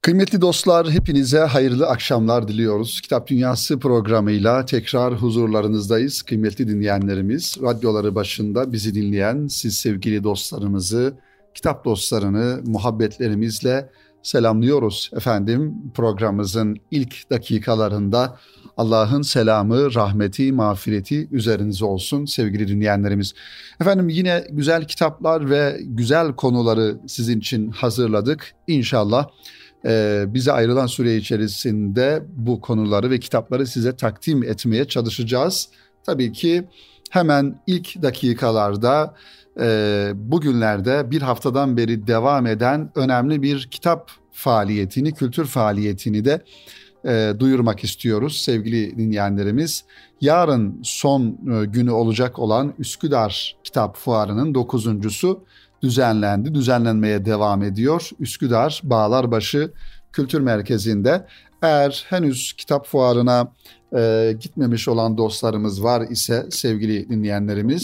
Kıymetli dostlar, hepinize hayırlı akşamlar diliyoruz. Kitap Dünyası programıyla tekrar huzurlarınızdayız. Kıymetli dinleyenlerimiz, radyoları başında bizi dinleyen siz sevgili dostlarımızı, kitap dostlarını muhabbetlerimizle selamlıyoruz. Efendim, programımızın ilk dakikalarında Allah'ın selamı, rahmeti, mağfireti üzerinize olsun sevgili dinleyenlerimiz. Efendim, yine güzel kitaplar ve güzel konuları sizin için hazırladık. İnşallah bize ayrılan süre içerisinde bu konuları ve kitapları size takdim etmeye çalışacağız. Tabii ki hemen ilk dakikalarda bugünlerde bir haftadan beri devam eden önemli bir kitap faaliyetini, kültür faaliyetini de duyurmak istiyoruz sevgili dinleyenlerimiz. Yarın son günü olacak olan Üsküdar Kitap Fuarı'nın 9.'su düzenlendi. Düzenlenmeye devam ediyor. Üsküdar Bağlarbaşı Kültür Merkezi'nde. Eğer henüz kitap fuarına gitmemiş olan dostlarımız var ise sevgili dinleyenlerimiz,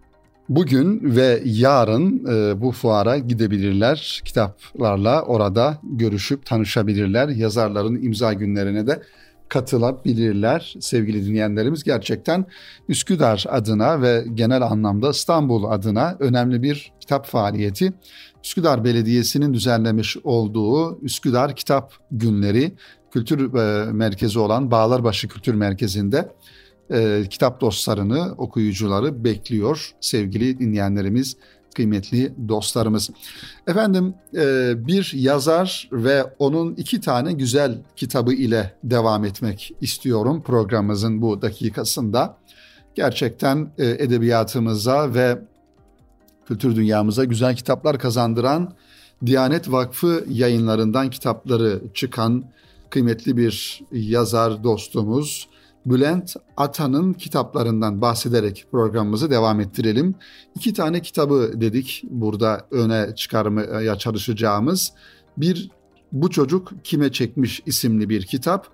bugün ve yarın bu fuara gidebilirler. Kitaplarla orada görüşüp tanışabilirler. Yazarların imza günlerine de katılabilirler sevgili dinleyenlerimiz. Gerçekten Üsküdar adına ve genel anlamda İstanbul adına önemli bir kitap faaliyeti. Üsküdar Belediyesi'nin düzenlemiş olduğu Üsküdar Kitap Günleri kültür merkezi olan Bağlarbaşı Kültür Merkezi'nde kitap dostlarını, okuyucuları bekliyor sevgili dinleyenlerimiz, kıymetli dostlarımız. Efendim, bir yazar ve onun 2 tane güzel kitabı ile devam etmek istiyorum programımızın bu dakikasında. Gerçekten edebiyatımıza ve kültür dünyamıza güzel kitaplar kazandıran Diyanet Vakfı yayınlarından kitapları çıkan kıymetli bir yazar dostumuz Bülent Atan'ın kitaplarından bahsederek programımızı devam ettirelim. 2 tane kitabı dedik burada öne çıkarmaya çalışacağımız. Bir, Bu Çocuk Kime Çekmiş isimli bir kitap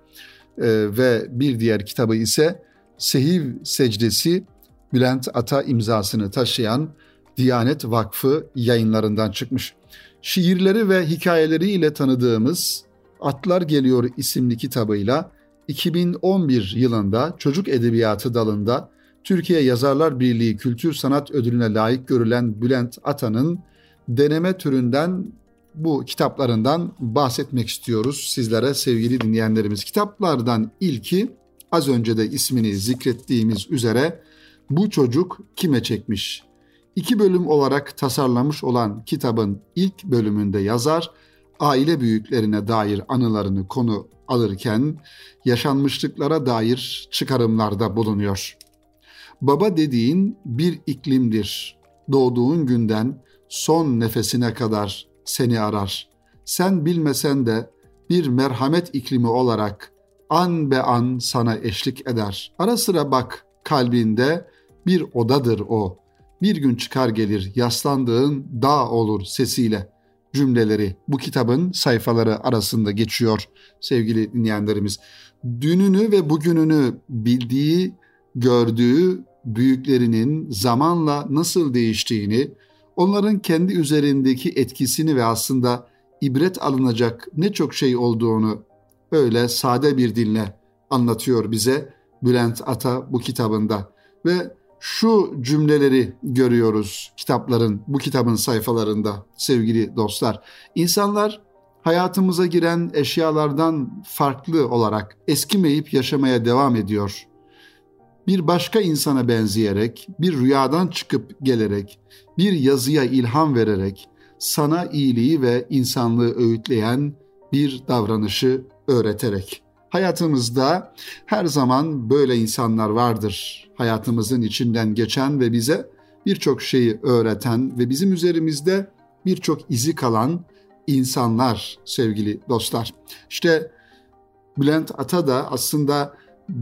ve bir diğer kitabı ise Sehiv Secdesi, Bülent Ata imzasını taşıyan Diyanet Vakfı yayınlarından çıkmış. Şiirleri ve hikayeleriyle tanıdığımız Atlar Geliyor isimli kitabıyla 2011 yılında çocuk edebiyatı dalında Türkiye Yazarlar Birliği Kültür Sanat Ödülü'ne layık görülen Bülent Atan'ın deneme türünden bu kitaplarından bahsetmek istiyoruz sizlere sevgili dinleyenlerimiz. Kitaplardan ilki az önce de ismini zikrettiğimiz üzere Bu Çocuk Kime Çekmiş? 2 bölüm olarak tasarlamış olan kitabın ilk bölümünde yazar aile büyüklerine dair anılarını konu alırken yaşanmışlıklara dair çıkarımlarda bulunuyor. Baba dediğin bir iklimdir. Doğduğun günden son nefesine kadar seni arar. Sen bilmesen de bir merhamet iklimi olarak an be an sana eşlik eder. Ara sıra bak, kalbinde bir odadır o. Bir gün çıkar gelir yaslandığın dağ olur sesiyle. Cümleleri bu kitabın sayfaları arasında geçiyor sevgili dinleyenlerimiz. Dününü ve bugününü bildiği, gördüğü büyüklerinin zamanla nasıl değiştiğini, onların kendi üzerindeki etkisini ve aslında ibret alınacak ne çok şey olduğunu öyle sade bir dille anlatıyor bize Bülent Ata bu kitabında. Ve şu cümleleri görüyoruz bu kitabın sayfalarında sevgili dostlar. İnsanlar hayatımıza giren eşyalardan farklı olarak eskimeyip yaşamaya devam ediyor. Bir başka insana benzeyerek, bir rüyadan çıkıp gelerek, bir yazıya ilham vererek, sana iyiliği ve insanlığı öğütleyen bir davranışı öğreterek. Hayatımızda her zaman böyle insanlar vardır. Hayatımızın içinden geçen ve bize birçok şeyi öğreten ve bizim üzerimizde birçok izi kalan insanlar sevgili dostlar. İşte Bülent Ata da aslında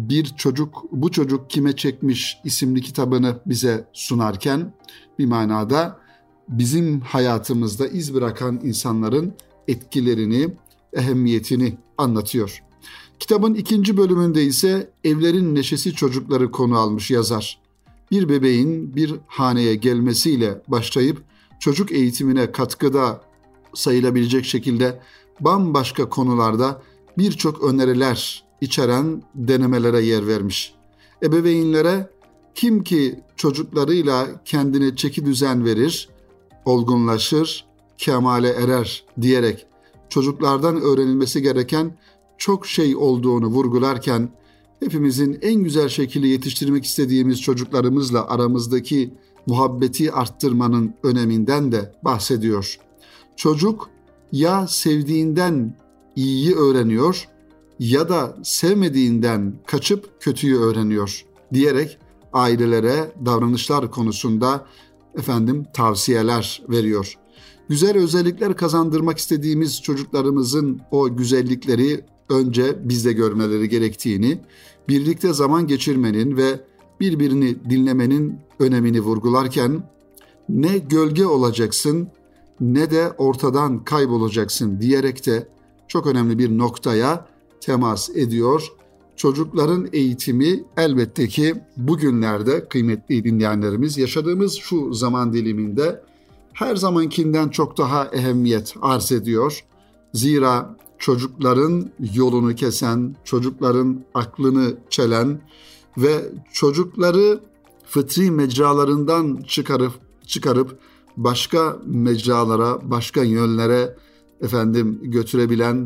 Bu Çocuk Kime Çekmiş isimli kitabını bize sunarken bir manada bizim hayatımızda iz bırakan insanların etkilerini, ehemmiyetini anlatıyor. Kitabın 2. bölümünde ise evlerin neşesi çocukları konu almış yazar. Bir bebeğin bir haneye gelmesiyle başlayıp çocuk eğitimine katkıda sayılabilecek şekilde bambaşka konularda birçok öneriler içeren denemelere yer vermiş. Ebeveynlere kim ki çocuklarıyla kendine çeki düzen verir, olgunlaşır, kemale erer diyerek çocuklardan öğrenilmesi gereken çok şey olduğunu vurgularken hepimizin en güzel şekilde yetiştirmek istediğimiz çocuklarımızla aramızdaki muhabbeti arttırmanın öneminden de bahsediyor. Çocuk ya sevdiğinden iyiyi öğreniyor ya da sevmediğinden kaçıp kötüyü öğreniyor diyerek ailelere davranışlar konusunda tavsiyeler veriyor. Güzel özellikler kazandırmak istediğimiz çocuklarımızın o güzellikleri önce bizde görmeleri gerektiğini, birlikte zaman geçirmenin ve birbirini dinlemenin önemini vurgularken ne gölge olacaksın ne de ortadan kaybolacaksın diyerek de çok önemli bir noktaya temas ediyor. Çocukların eğitimi elbette ki bugünlerde kıymetli dinleyenlerimiz yaşadığımız şu zaman diliminde her zamankinden çok daha ehemmiyet arz ediyor. Zira çocukların yolunu kesen, çocukların aklını çelen ve çocukları fıtri mecralarından çıkarıp başka mecralara, başka yönlere götürebilen,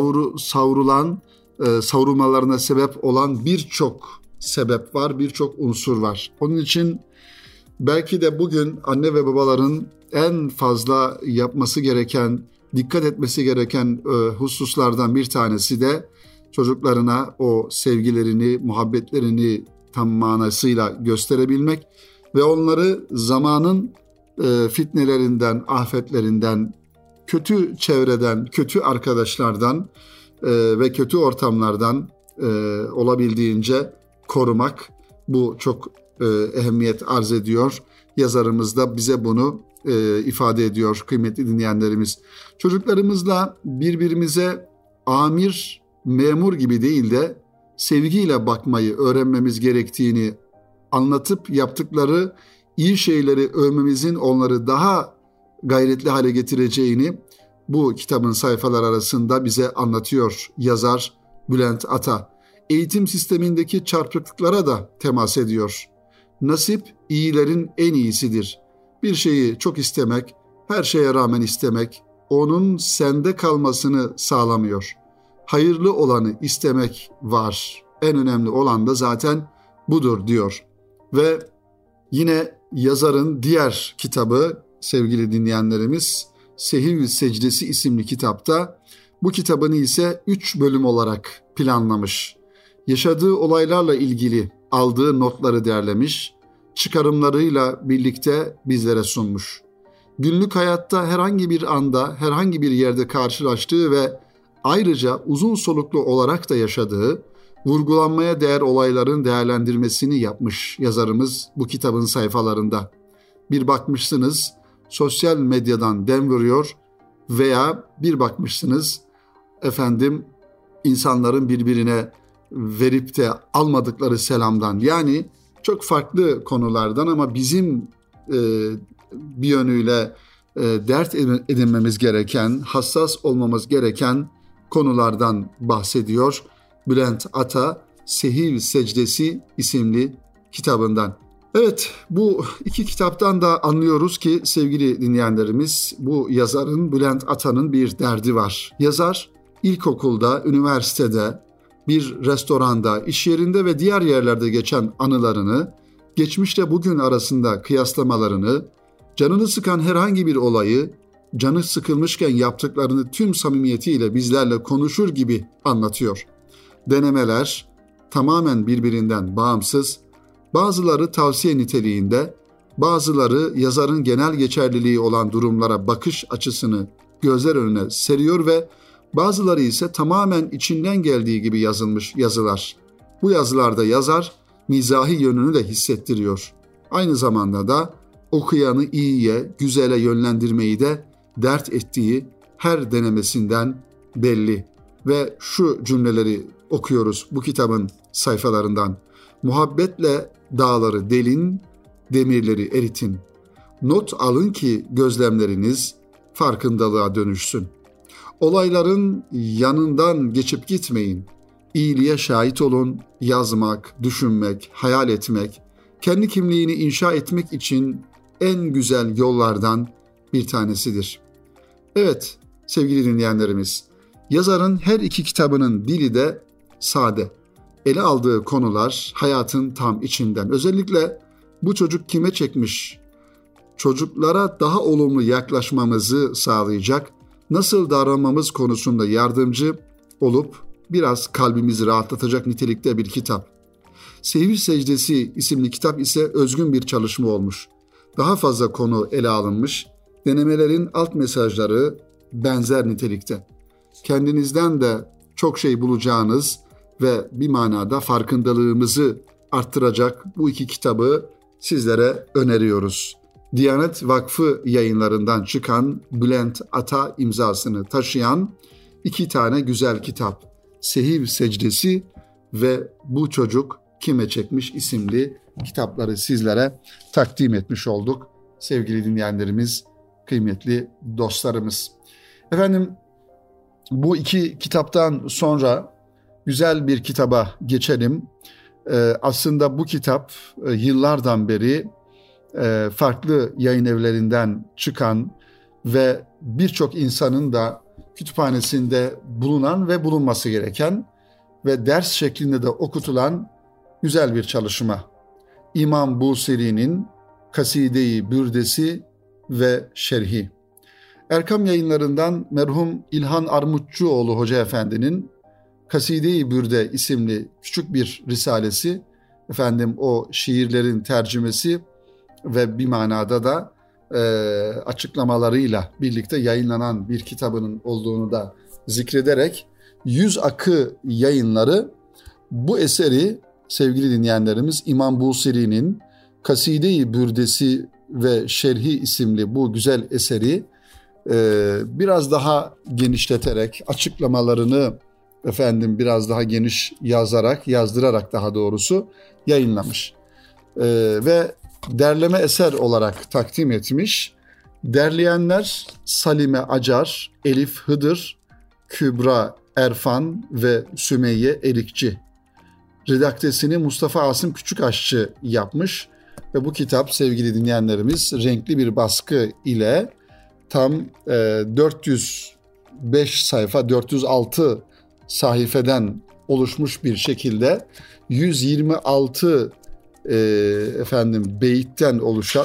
savrulmalarına sebep olan birçok sebep var, birçok unsur var. Onun için belki de bugün anne ve babaların en fazla yapması gereken, dikkat etmesi gereken hususlardan bir tanesi de çocuklarına o sevgilerini, muhabbetlerini tam manasıyla gösterebilmek ve onları zamanın fitnelerinden, afetlerinden, kötü çevreden, kötü arkadaşlardan ve kötü ortamlardan olabildiğince korumak, bu çok ehemmiyet arz ediyor. Yazarımız da bize bunu ifade ediyor kıymetli dinleyenlerimiz. Çocuklarımızla birbirimize amir, memur gibi değil de sevgiyle bakmayı öğrenmemiz gerektiğini anlatıp yaptıkları iyi şeyleri övmemizin onları daha gayretli hale getireceğini bu kitabın sayfalar arasında bize anlatıyor yazar Bülent Ata. Eğitim sistemindeki çarpıklıklara da temas ediyor. Nasip iyilerin en iyisidir. Bir şeyi çok istemek, her şeye rağmen istemek, onun sende kalmasını sağlamıyor. Hayırlı olanı istemek var. En önemli olan da zaten budur diyor. Ve yine yazarın diğer kitabı sevgili dinleyenlerimiz Sehiv Secdesi isimli kitapta bu kitabını ise 3 bölüm olarak planlamış. Yaşadığı olaylarla ilgili aldığı notları derlemiş, çıkarımlarıyla birlikte bizlere sunmuş. Günlük hayatta herhangi bir anda, herhangi bir yerde karşılaştığı ve ayrıca uzun soluklu olarak da yaşadığı, vurgulanmaya değer olayların değerlendirmesini yapmış yazarımız bu kitabın sayfalarında. Bir bakmışsınız sosyal medyadan dem vuruyor veya bir bakmışsınız insanların birbirine verip de almadıkları selamdan, yani çok farklı konulardan ama bizim bir yönüyle dert edinmemiz gereken, hassas olmamız gereken konulardan bahsediyor Bülent Ata Sehiv Secdesi isimli kitabından. Evet, bu iki kitaptan da anlıyoruz ki sevgili dinleyenlerimiz, bu yazarın, Bülent Ata'nın bir derdi var. Yazar ilkokulda, üniversitede, bir restoranda, iş yerinde ve diğer yerlerde geçen anılarını, geçmişle bugün arasında kıyaslamalarını, canını sıkan herhangi bir olayı, canı sıkılmışken yaptıklarını tüm samimiyetiyle bizlerle konuşur gibi anlatıyor. Denemeler tamamen birbirinden bağımsız, bazıları tavsiye niteliğinde, bazıları yazarın genel geçerliliği olan durumlara bakış açısını gözler önüne seriyor ve bazıları ise tamamen içinden geldiği gibi yazılmış yazılar. Bu yazılarda yazar mizahi yönünü de hissettiriyor. Aynı zamanda da okuyanı iyiye, güzele yönlendirmeyi de dert ettiği her denemesinden belli. Ve şu cümleleri okuyoruz bu kitabın sayfalarından. Muhabbetle dağları delin, demirleri eritin. Not alın ki gözlemleriniz farkındalığa dönüşsün. Olayların yanından geçip gitmeyin. İyiliğe şahit olun, yazmak, düşünmek, hayal etmek, kendi kimliğini inşa etmek için en güzel yollardan bir tanesidir. Evet, sevgili dinleyenlerimiz, yazarın her iki kitabının dili de sade. Ele aldığı konular hayatın tam içinden. Özellikle bu çocuk kime çekmiş? Çocuklara daha olumlu yaklaşmamızı sağlayacak, nasıl davranmamız konusunda yardımcı olup biraz kalbimizi rahatlatacak nitelikte bir kitap. Sehiv Secdesi isimli kitap ise özgün bir çalışma olmuş. Daha fazla konu ele alınmış, denemelerin alt mesajları benzer nitelikte. Kendinizden de çok şey bulacağınız ve bir manada farkındalığımızı arttıracak bu iki kitabı sizlere öneriyoruz. Diyanet Vakfı yayınlarından çıkan Bülent Ata imzasını taşıyan iki tane güzel kitap. Sehiv Secdesi ve Bu Çocuk Kime Çekmiş isimli kitapları sizlere takdim etmiş olduk. Sevgili dinleyenlerimiz, kıymetli dostlarımız. Efendim, bu iki kitaptan sonra güzel bir kitaba geçelim. Aslında bu kitap yıllardan beri farklı yayın evlerinden çıkan ve birçok insanın da kütüphanesinde bulunan ve bulunması gereken ve ders şeklinde de okutulan güzel bir çalışma. İmam Busiri'nin Kaside-i Bürdesi ve Şerhi. Erkam Yayınları'ndan merhum İlhan Armutçuoğlu Hoca Efendi'nin Kaside-i Bürde isimli küçük bir risalesi, o şiirlerin tercümesi ve bir manada da açıklamalarıyla birlikte yayınlanan bir kitabının olduğunu da zikrederek Yüz Akı Yayınları bu eseri, sevgili dinleyenlerimiz, İmam Busiri'nin Kaside-i Bürdesi ve Şerhi isimli bu güzel eseri biraz daha genişleterek, açıklamalarını biraz daha geniş yazdırarak daha doğrusu yayınlamış. Ve derleme eser olarak takdim etmiş. Derleyenler Salime Acar, Elif Hıdır, Kübra Erfan ve Sümeyye Erikçi. Redaktesini Mustafa Asım Küçükaşçı yapmış ve bu kitap, sevgili dinleyenlerimiz, renkli bir baskı ile tam 405 sayfa, 406 sayfeden oluşmuş bir şekilde 126 beyitten oluşan,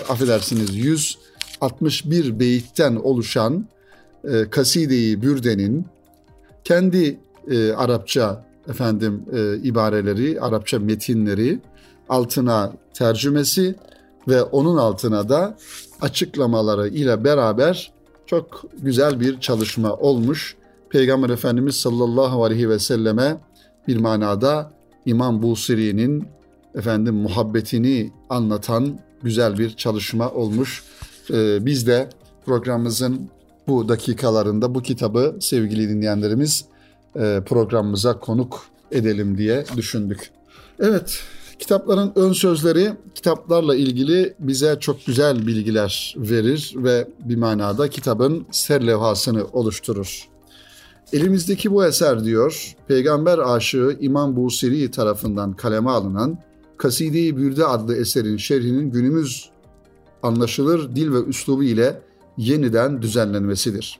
161 beyitten oluşan Kaside-i Bürde'nin kendi Arapça ibareleri, Arapça metinleri, altına tercümesi ve onun altına da açıklamaları ile beraber çok güzel bir çalışma olmuş. Peygamber Efendimiz sallallahu aleyhi ve selleme bir manada İmam Busiri'nin muhabbetini anlatan güzel bir çalışma olmuş. Biz de programımızın bu dakikalarında bu kitabı, sevgili dinleyenlerimiz, programımıza konuk edelim diye düşündük. Evet, kitapların ön sözleri kitaplarla ilgili bize çok güzel bilgiler verir ve bir manada kitabın serlevhasını oluşturur. Elimizdeki bu eser, diyor, Peygamber aşığı İmam Busiri tarafından kaleme alınan Kaside-i Bürde adlı eserin şerhinin günümüz anlaşılır dil ve üslubu ile yeniden düzenlenmesidir.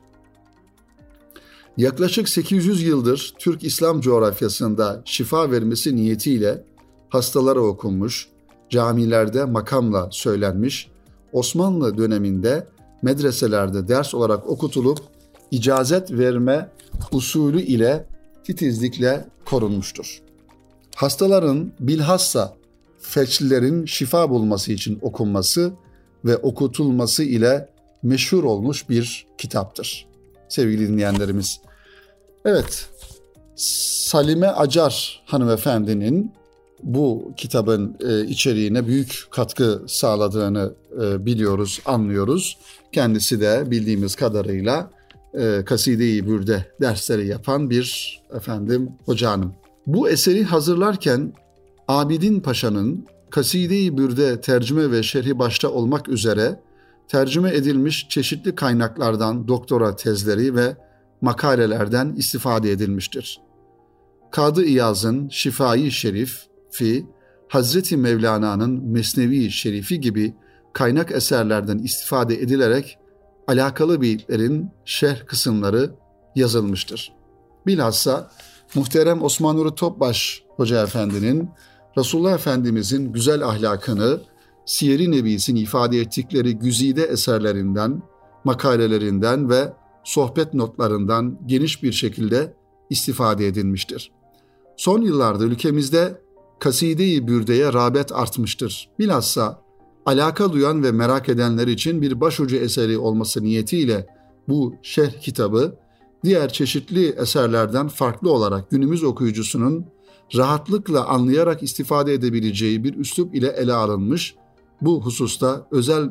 Yaklaşık 800 yıldır Türk İslam coğrafyasında şifa vermesi niyetiyle hastalara okunmuş, camilerde makamla söylenmiş, Osmanlı döneminde medreselerde ders olarak okutulup icazet verme usulü ile titizlikle korunmuştur. Hastaların, bilhassa felçlilerin şifa bulması için okunması ve okutulması ile meşhur olmuş bir kitaptır. Sevgili dinleyenlerimiz, evet, Salime Acar hanımefendinin bu kitabın içeriğine büyük katkı sağladığını biliyoruz, anlıyoruz. Kendisi de bildiğimiz kadarıyla Kaside-i Bürde dersleri yapan bir hoca hanım. Bu eseri hazırlarken Abidin Paşa'nın Kaside-i Bürde tercüme ve şerhi başta olmak üzere tercüme edilmiş çeşitli kaynaklardan doktora tezleri ve makalelerden istifade edilmiştir. Kadı İyaz'ın Şifai Şerifi, Hazreti Mevlana'nın Mesnevi Şerifi gibi kaynak eserlerden istifade edilerek alakalı beyitlerin şerh kısımları yazılmıştır. Bilhassa muhterem Osman Nuri Topbaş Hoca Efendi'nin Resulullah Efendimizin güzel ahlakını Siyer-i Nebis'in ifade ettikleri güzide eserlerinden, makalelerinden ve sohbet notlarından geniş bir şekilde istifade edilmiştir. Son yıllarda ülkemizde Kaside-i Bürde'ye rağbet artmıştır. Bilhassa alaka duyan ve merak edenler için bir başucu eseri olması niyetiyle bu şerh kitabı diğer çeşitli eserlerden farklı olarak günümüz okuyucusunun rahatlıkla anlayarak istifade edebileceği bir üslup ile ele alınmış. Bu hususa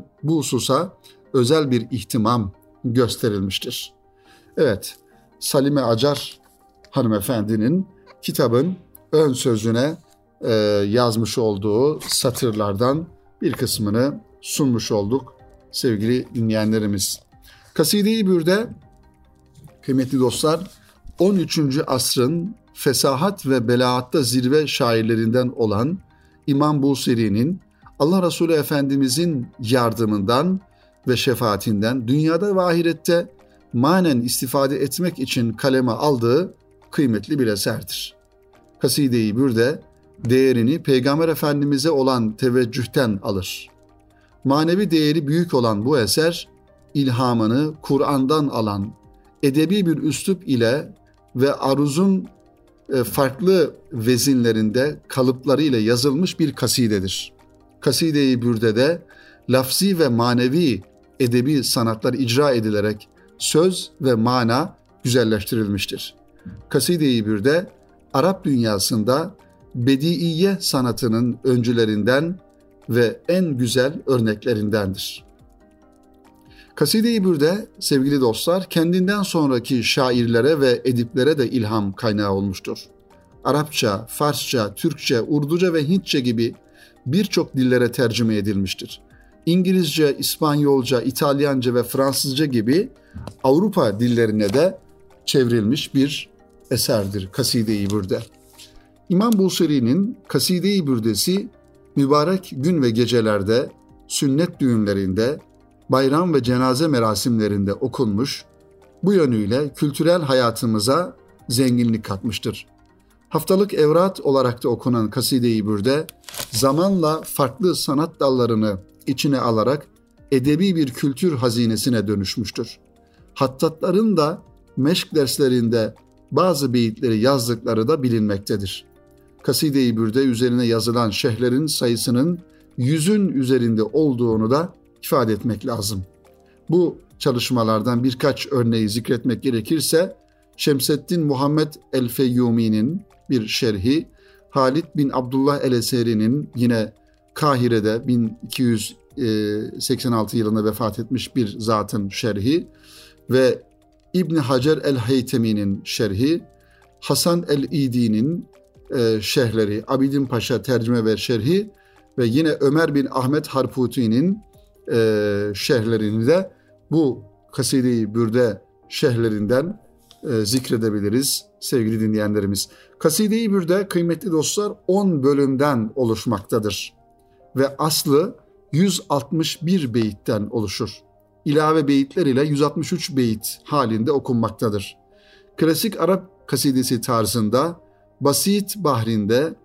özel bir ihtimam gösterilmiştir. Evet, Salime Acar hanımefendinin kitabın ön sözüne yazmış olduğu satırlardan bir kısmını sunmuş olduk sevgili dinleyenlerimiz. Kaside-i Bürde, kıymetli dostlar, 13. asrın fesahat ve belaatta zirve şairlerinden olan İmam Busiri'nin Allah Resulü Efendimizin yardımından ve şefaatinden dünyada ve ahirette manen istifade etmek için kaleme aldığı kıymetli bir eserdir. Kaside-i Bürde değerini Peygamber Efendimiz'e olan teveccühten alır. Manevi değeri büyük olan bu eser, ilhamını Kur'an'dan alan, edebi bir üslup ile ve aruzun farklı vezinlerinde kalıplarıyla yazılmış bir kasidedir. Kaside-i Bürde'de lafzi ve manevi edebi sanatlar icra edilerek söz ve mana güzelleştirilmiştir. Kaside-i Bürde, Arap dünyasında bediiye sanatının öncülerinden ve en güzel örneklerindendir. Kaside-i Bürde sevgili dostlar kendinden sonraki şairlere ve ediplere de ilham kaynağı olmuştur. Arapça, Farsça, Türkçe, Urduca ve Hintçe gibi birçok dillere tercüme edilmiştir. İngilizce, İspanyolca, İtalyanca ve Fransızca gibi Avrupa dillerine de çevrilmiş bir eserdir Kaside-i Bürde. İmam Busiri'nin Kaside-i Bürdesi mübarek gün ve gecelerde, sünnet düğünlerinde, bayram ve cenaze merasimlerinde okunmuş, bu yönüyle kültürel hayatımıza zenginlik katmıştır. Haftalık evrat olarak da okunan Kaside-i Bürde, zamanla farklı sanat dallarını içine alarak edebi bir kültür hazinesine dönüşmüştür. Hattatların da meşk derslerinde bazı beyitleri yazdıkları da bilinmektedir. Kaside-i Bürde üzerine yazılan şerhlerin sayısının 100'ün üzerinde olduğunu da ifade etmek lazım. Bu çalışmalardan birkaç örneği zikretmek gerekirse, Şemseddin Muhammed el-Feyyumi'nin bir şerhi, Halid bin Abdullah el-Eseri'nin yine Kahire'de 1286 yılında vefat etmiş bir zatın şerhi ve İbn Hacer el-Heytemi'nin şerhi, Hasan el-İdi'nin şerhleri, Abidin Paşa tercüme ve şerhi ve yine Ömer bin Ahmet Harputi'nin şerhlerini de bu Kaside-i Bürde şerhlerinden zikredebiliriz sevgili dinleyenlerimiz. Kaside-i Bürde kıymetli dostlar 10 bölümden oluşmaktadır ve aslı 161 beyitten oluşur. İlave beyitler ile 163 beyit halinde okunmaktadır. Klasik Arap kasidesi tarzında basit bahrinde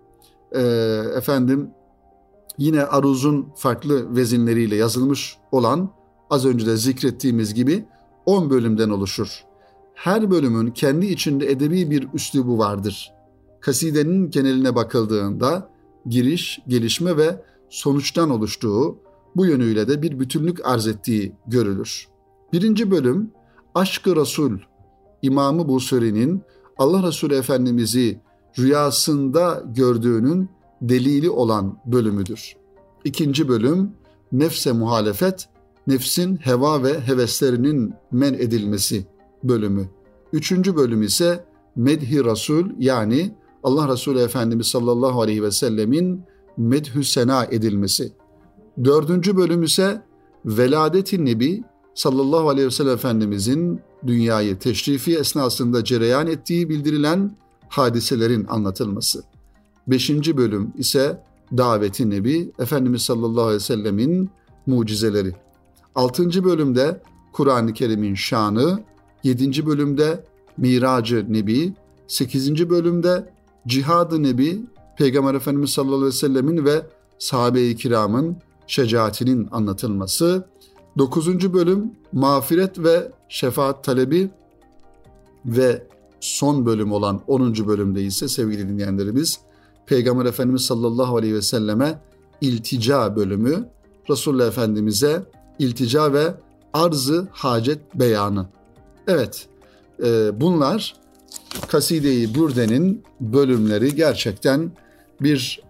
yine aruzun farklı vezinleriyle yazılmış olan az önce de zikrettiğimiz gibi 10 bölümden oluşur. Her bölümün kendi içinde edebi bir üslubu vardır. Kasidenin geneline bakıldığında giriş, gelişme ve sonuçtan oluştuğu, bu yönüyle de bir bütünlük arz ettiği görülür. 1. bölüm Aşk-ı Resul, İmam-ı Busiri'nin Allah Resulü Efendimiz'i rüyasında gördüğünün delili olan bölümüdür. 2. bölüm Nefse muhalefet, nefsin heva ve heveslerinin men edilmesi bölümü. 3. bölüm ise Medh-i Resul, yani Allah Resulü Efendimiz sallallahu aleyhi ve sellemin medhü sena edilmesi. 4. bölüm ise Veladet-i Nebi sallallahu aleyhi ve sellem Efendimizin dünyayı teşrifi esnasında cereyan ettiği bildirilen hadiselerin anlatılması. 5. bölüm ise Davet-i Nebi, Efendimiz sallallahu aleyhi ve sellemin mucizeleri. 6. bölümde Kur'an-ı Kerim'in şanı, 7. bölümde Mirac-ı Nebi, 8. bölümde Cihad-ı Nebi, Peygamber Efendimiz sallallahu aleyhi ve sellemin ve sahabe-i kiramın şecaatinin anlatılması, 9. bölüm mağfiret ve şefaat talebi ve son bölüm olan 10. bölümde ise sevgili dinleyenlerimiz Peygamber Efendimiz sallallahu aleyhi ve selleme iltica bölümü, Resulullah Efendimiz'e iltica ve arz-ı hacet beyanı. Evet, bunlar Kaside-i Bürde'nin bölümleri. Gerçekten bir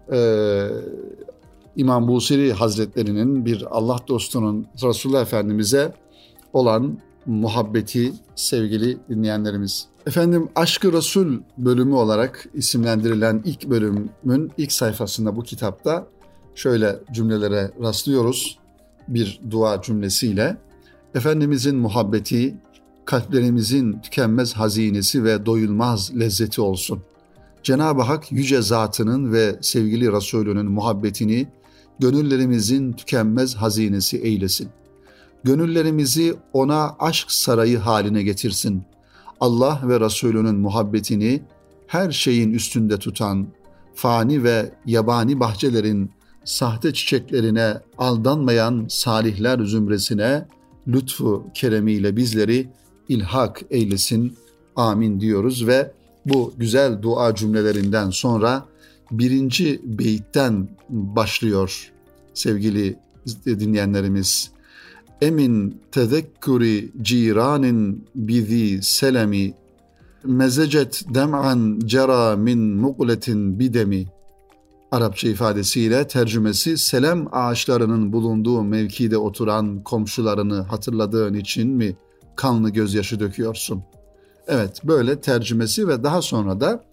İmam Busiri Hazretleri'nin, bir Allah dostunun Resulullah Efendimiz'e olan muhabbeti sevgili dinleyenlerimiz. Efendim, Aşk-ı Resul bölümü olarak isimlendirilen ilk bölümün ilk sayfasında bu kitapta şöyle cümlelere rastlıyoruz bir dua cümlesiyle. Efendimizin muhabbeti kalplerimizin tükenmez hazinesi ve doyulmaz lezzeti olsun. Cenab-ı Hak yüce zatının ve sevgili Resulünün muhabbetini gönüllerimizin tükenmez hazinesi eylesin. Gönüllerimizi ona aşk sarayı haline getirsin. Allah ve Resulünün muhabbetini her şeyin üstünde tutan, fani ve yabani bahçelerin sahte çiçeklerine aldanmayan salihler zümresine lütfu keremiyle bizleri ilhak eylesin. Amin diyoruz ve bu güzel dua cümlelerinden sonra 1. beyitten başlıyor sevgili dinleyenlerimiz. Emin tezekkuri ciranin bizi selemi mezecet dem'an cera min mukletin bidemi. Arapça ifadesiyle tercümesi, selam ağaçlarının bulunduğu mevkide oturan komşularını hatırladığın için mi kanlı gözyaşı döküyorsun? Evet, böyle tercümesi ve daha sonra da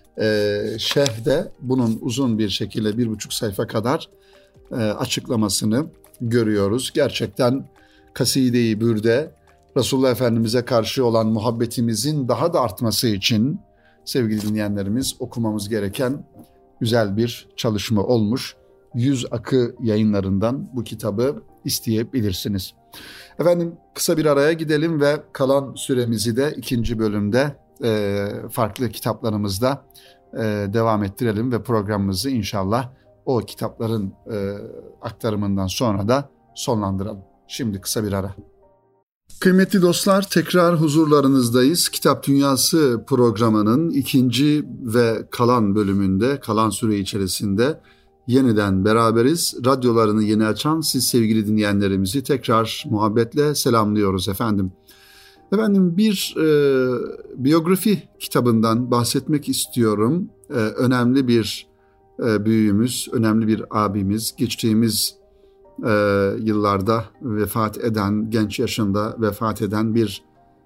şerhde bunun uzun bir şekilde 1,5 sayfa kadar açıklamasını görüyoruz. Gerçekten Kaside-i Bürde, Resulullah Efendimiz'e karşı olan muhabbetimizin daha da artması için sevgili dinleyenlerimiz okumamız gereken güzel bir çalışma olmuş. Yüz Akı yayınlarından bu kitabı isteyebilirsiniz. Efendim, kısa bir araya gidelim ve kalan süremizi de 2. bölümde farklı kitaplarımızda devam ettirelim ve programımızı inşallah o kitapların aktarımından sonra da sonlandıralım. Şimdi kısa bir ara. Kıymetli dostlar, tekrar huzurlarınızdayız. Kitap Dünyası programının 2. ve kalan bölümünde, kalan süre içerisinde yeniden beraberiz. Radyolarını yeni açan siz sevgili dinleyenlerimizi tekrar muhabbetle selamlıyoruz efendim. Efendim, bir biyografi kitabından bahsetmek istiyorum. Önemli bir büyüğümüz, önemli bir abimiz, geçtiğimiz yıllarda vefat eden, genç yaşında vefat eden bir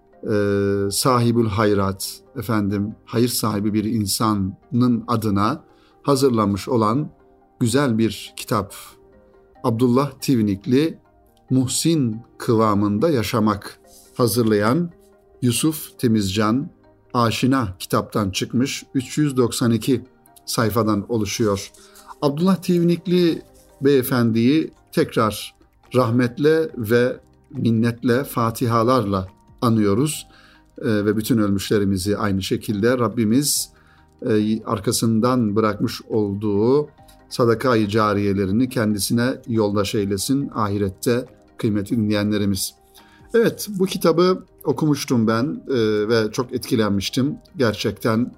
sahibül hayrat, efendim hayır sahibi bir insanın adına hazırlanmış olan güzel bir kitap. Abdullah Tivnikli Muhsin Kıvamında Yaşamak hazırlayan Yusuf Temizcan Aşina kitaptan çıkmış, 392 sayfadan oluşuyor. Abdullah Tivnikli beyefendiyi tekrar rahmetle ve minnetle, fatihalarla anıyoruz. Ve bütün ölmüşlerimizi aynı şekilde Rabbimiz arkasından bırakmış olduğu sadaka-i cariyelerini kendisine yoldaş eylesin ahirette kıymetli dinleyenlerimiz. Evet, bu kitabı okumuştum ben ve çok etkilenmiştim. Gerçekten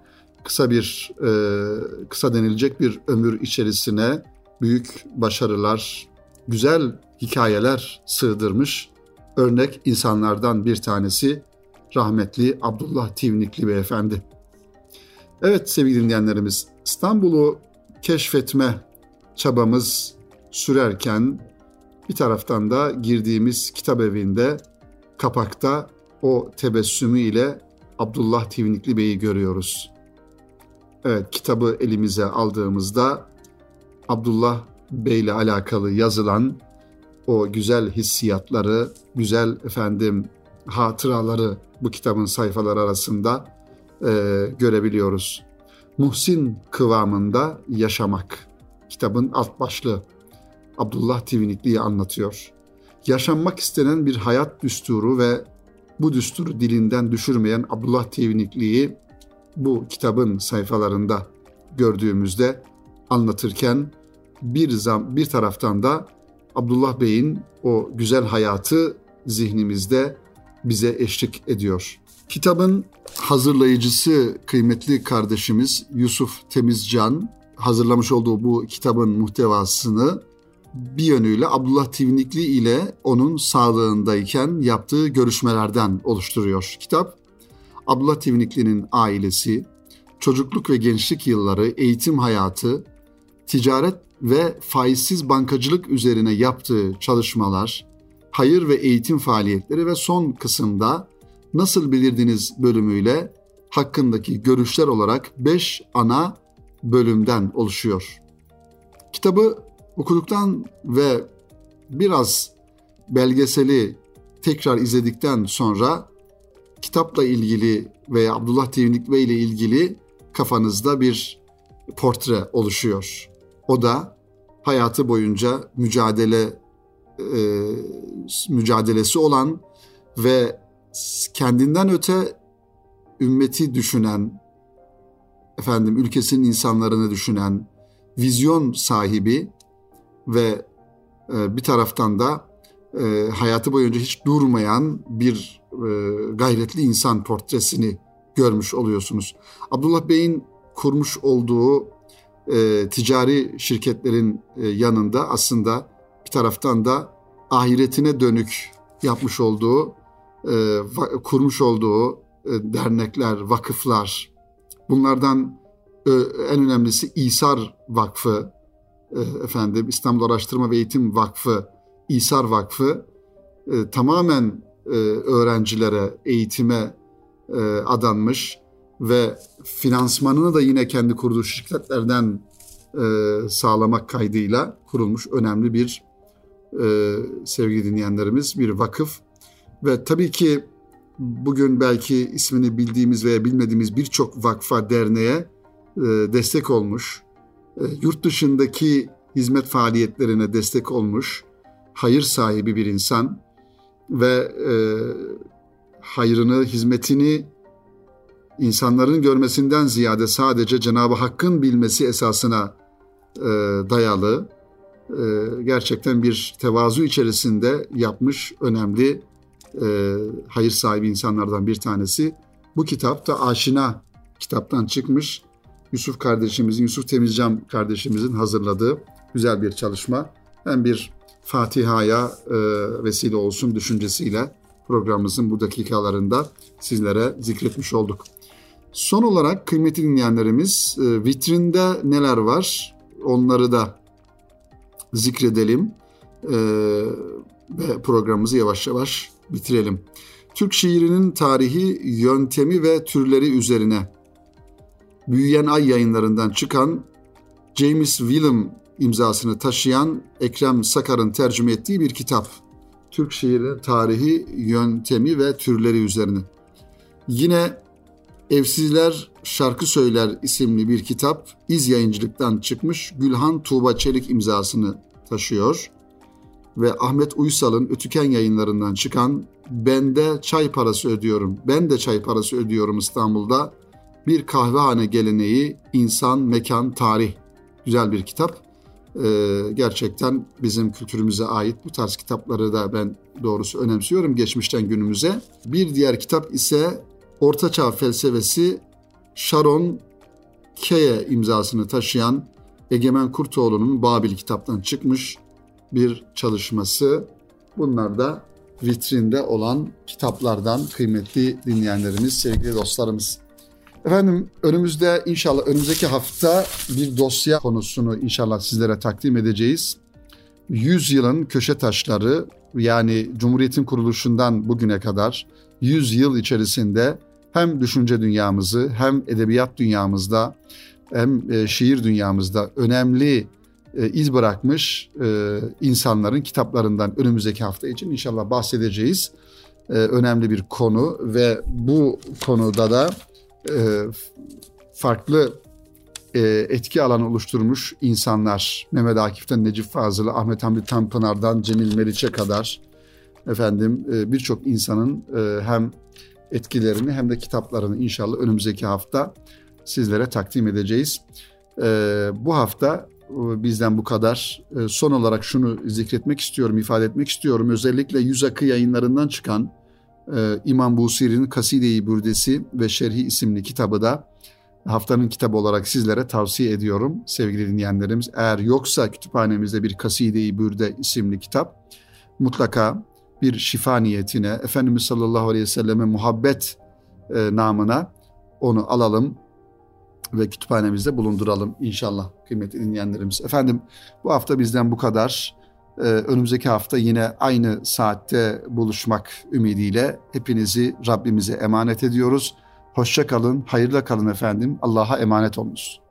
kısa denilecek bir ömür içerisine büyük başarılar, güzel hikayeler sığdırmış örnek insanlardan bir tanesi rahmetli Abdullah Tivnikli beyefendi. Evet sevgili dinleyenlerimiz, İstanbul'u keşfetme çabamız sürerken bir taraftan da girdiğimiz kitap evinde kapakta o tebessümüyle Abdullah Tivnikli Bey'i görüyoruz. Evet, kitabı elimize aldığımızda Abdullah Bey ile alakalı yazılan o güzel hissiyatları, güzel hatıraları bu kitabın sayfaları arasında görebiliyoruz. Muhsin kıvamında yaşamak. Kitabın alt başlığı. Abdullah Tivinikli'yi anlatıyor. Yaşanmak istenen bir hayat düsturu ve bu düsturu dilinden düşürmeyen Abdullah Tivinikli'yi bu kitabın sayfalarında gördüğümüzde anlatırken bir taraftan da Abdullah Bey'in o güzel hayatı zihnimizde bize eşlik ediyor. Kitabın hazırlayıcısı kıymetli kardeşimiz Yusuf Temizcan hazırlamış olduğu bu kitabın muhtevasını bir yönüyle Abdullah Tivinikli ile onun sağlığındayken yaptığı görüşmelerden oluşturuyor. Kitap, Abdullah Tivinikli'nin ailesi, çocukluk ve gençlik yılları, eğitim hayatı, ticaret ve faizsiz bankacılık üzerine yaptığı çalışmalar, hayır ve eğitim faaliyetleri ve son kısımda Nasıl Bilirdiniz bölümüyle hakkındaki görüşler olarak 5 ana bölümden oluşuyor. Kitabı okuduktan ve biraz belgeseli tekrar izledikten sonra kitapla ilgili veya Abdullah Tivinikli ile ilgili kafanızda bir portre oluşuyor. O da hayatı boyunca mücadelesi olan ve kendinden öte ümmeti düşünen, ülkesinin insanlarını düşünen, vizyon sahibi ve bir taraftan da hayatı boyunca hiç durmayan bir gayretli insan portresini görmüş oluyorsunuz. Abdullah Bey'in kurmuş olduğu ticari şirketlerin yanında aslında bir taraftan da ahiretine dönük yapmış olduğu, kurmuş olduğu dernekler, vakıflar, bunlardan en önemlisi İsar Vakfı, İstanbul Araştırma ve Eğitim Vakfı, İsar Vakfı tamamen öğrencilere, eğitime adanmış ve finansmanını da yine kendi kurduğu şirketlerden sağlamak kaydıyla kurulmuş önemli bir sevgili dinleyenlerimiz bir vakıf. Ve tabii ki bugün belki ismini bildiğimiz veya bilmediğimiz birçok vakfa, derneğe destek olmuş, yurt dışındaki hizmet faaliyetlerine destek olmuş, hayır sahibi bir insan ve hayrını, hizmetini insanların görmesinden ziyade sadece Cenab-ı Hakk'ın bilmesi esasına dayalı, gerçekten bir tevazu içerisinde yapmış önemli hayır sahibi insanlardan bir tanesi. Bu kitap da Aşina kitaptan çıkmış. Yusuf Temizcan kardeşimizin hazırladığı güzel bir çalışma. Hem bir Fatiha'ya vesile olsun düşüncesiyle programımızın bu dakikalarında sizlere zikretmiş olduk. Son olarak kıymetli dinleyenlerimiz, vitrinde neler var onları da zikredelim ve programımızı yavaş yavaş bitirelim. Türk şiirinin tarihi, yöntemi ve türleri üzerine Büyüyen Ay Yayınlarından çıkan, James Willem imzasını taşıyan Ekrem Sakar'ın tercüme ettiği bir kitap. Türk şiiri tarihi, yöntemi ve türleri üzerine. Yine Evsizler Şarkı Söyler isimli bir kitap İz Yayıncılık'tan çıkmış, Gülhan Tuğba Çelik imzasını taşıyor. Ve Ahmet Uysal'ın Ötüken Yayınlarından çıkan Ben de Çay Parası Ödüyorum İstanbul'da Bir Kahvehane Geleneği, İnsan, Mekan, Tarih. Güzel bir kitap. Gerçekten bizim kültürümüze ait bu tarz kitapları da ben doğrusu önemsiyorum geçmişten günümüze. Bir diğer kitap ise Ortaçağ Felsefesi, Sharon Keye imzasını taşıyan Egemen Kurtoğlu'nun Babil kitaptan çıkmış bir çalışması. Bunlar da vitrinde olan kitaplardan kıymetli dinleyenlerimiz, sevgili dostlarımız. Efendim önümüzdeki hafta bir dosya konusunu inşallah sizlere takdim edeceğiz. 100 yılın köşe taşları, yani Cumhuriyet'in kuruluşundan bugüne kadar 100 yıl içerisinde hem düşünce dünyamızı hem edebiyat dünyamızda hem şiir dünyamızda önemli iz bırakmış insanların kitaplarından önümüzdeki hafta için inşallah bahsedeceğiz. önemli bir konu ve bu konuda da farklı etki alanı oluşturmuş insanlar, Mehmet Akif'ten Necip Fazıl'a, Ahmet Hamdi Tanpınar'dan Cemil Meriç'e kadar birçok insanın hem etkilerini hem de kitaplarını inşallah önümüzdeki hafta sizlere takdim edeceğiz. Bu hafta bizden bu kadar. Son olarak şunu zikretmek istiyorum, ifade etmek istiyorum. Özellikle Yüz Akı yayınlarından çıkan İmam Busiri'nin Kaside-i Bürdesi ve Şerhi isimli kitabı da haftanın kitabı olarak sizlere tavsiye ediyorum sevgili dinleyenlerimiz. Eğer yoksa kütüphanemizde bir Kaside-i Bürde isimli kitap, mutlaka bir şifa niyetine, Efendimiz sallallahu aleyhi ve selleme muhabbet namına onu alalım ve kütüphanemizde bulunduralım inşallah kıymetli dinleyenlerimiz. Efendim, bu hafta bizden bu kadar. Önümüzdeki hafta yine aynı saatte buluşmak ümidiyle hepinizi Rabbimize emanet ediyoruz. Hoşça kalın, hayırla kalın efendim. Allah'a emanet olunuz.